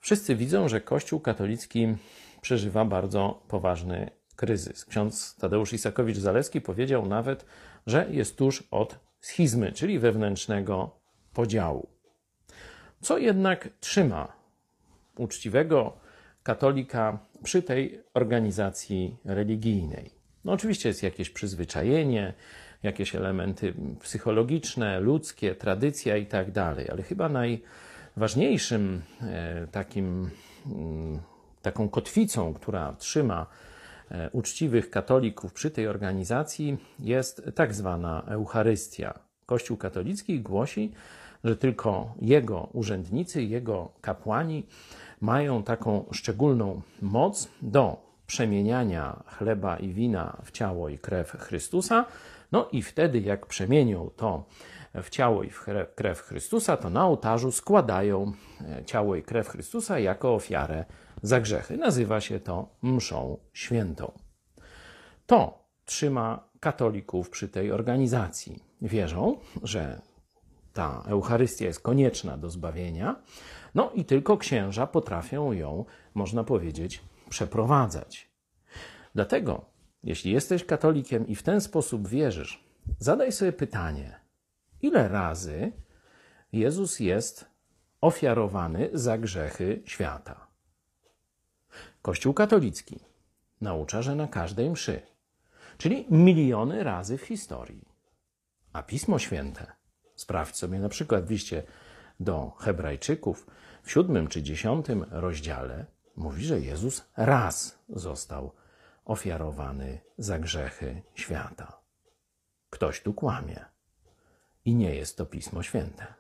Wszyscy widzą, że Kościół katolicki przeżywa bardzo poważny kryzys. Ksiądz Tadeusz Isakowicz-Zaleski powiedział nawet, że jest tuż od schizmy, czyli wewnętrznego podziału. Co jednak trzyma uczciwego katolika przy tej organizacji religijnej? No oczywiście jest jakieś przyzwyczajenie, jakieś elementy psychologiczne, ludzkie, tradycja i tak dalej, ale chyba najważniejszym taką kotwicą, która trzyma uczciwych katolików przy tej organizacji, jest tak zwana Eucharystia. Kościół katolicki głosi, że tylko jego urzędnicy, jego kapłani mają taką szczególną moc do przemieniania chleba i wina w ciało i krew Chrystusa. No i wtedy, jak przemienią to w ciało i w krew Chrystusa, to na ołtarzu składają ciało i krew Chrystusa jako ofiarę za grzechy. Nazywa się to mszą świętą. To trzyma katolików przy tej organizacji. Wierzą, że ta Eucharystia jest konieczna do zbawienia, no i tylko księża potrafią ją, można powiedzieć, przeprowadzać. Dlatego, jeśli jesteś katolikiem i w ten sposób wierzysz, zadaj sobie pytanie, ile razy Jezus jest ofiarowany za grzechy świata? Kościół katolicki naucza, że na każdej mszy, czyli miliony razy w historii. A Pismo Święte, sprawdź sobie na przykład w liście do Hebrajczyków w 7 czy 10 rozdziale, mówi, że Jezus raz został ofiarowany za grzechy świata. Ktoś tu kłamie i nie jest to Pismo Święte.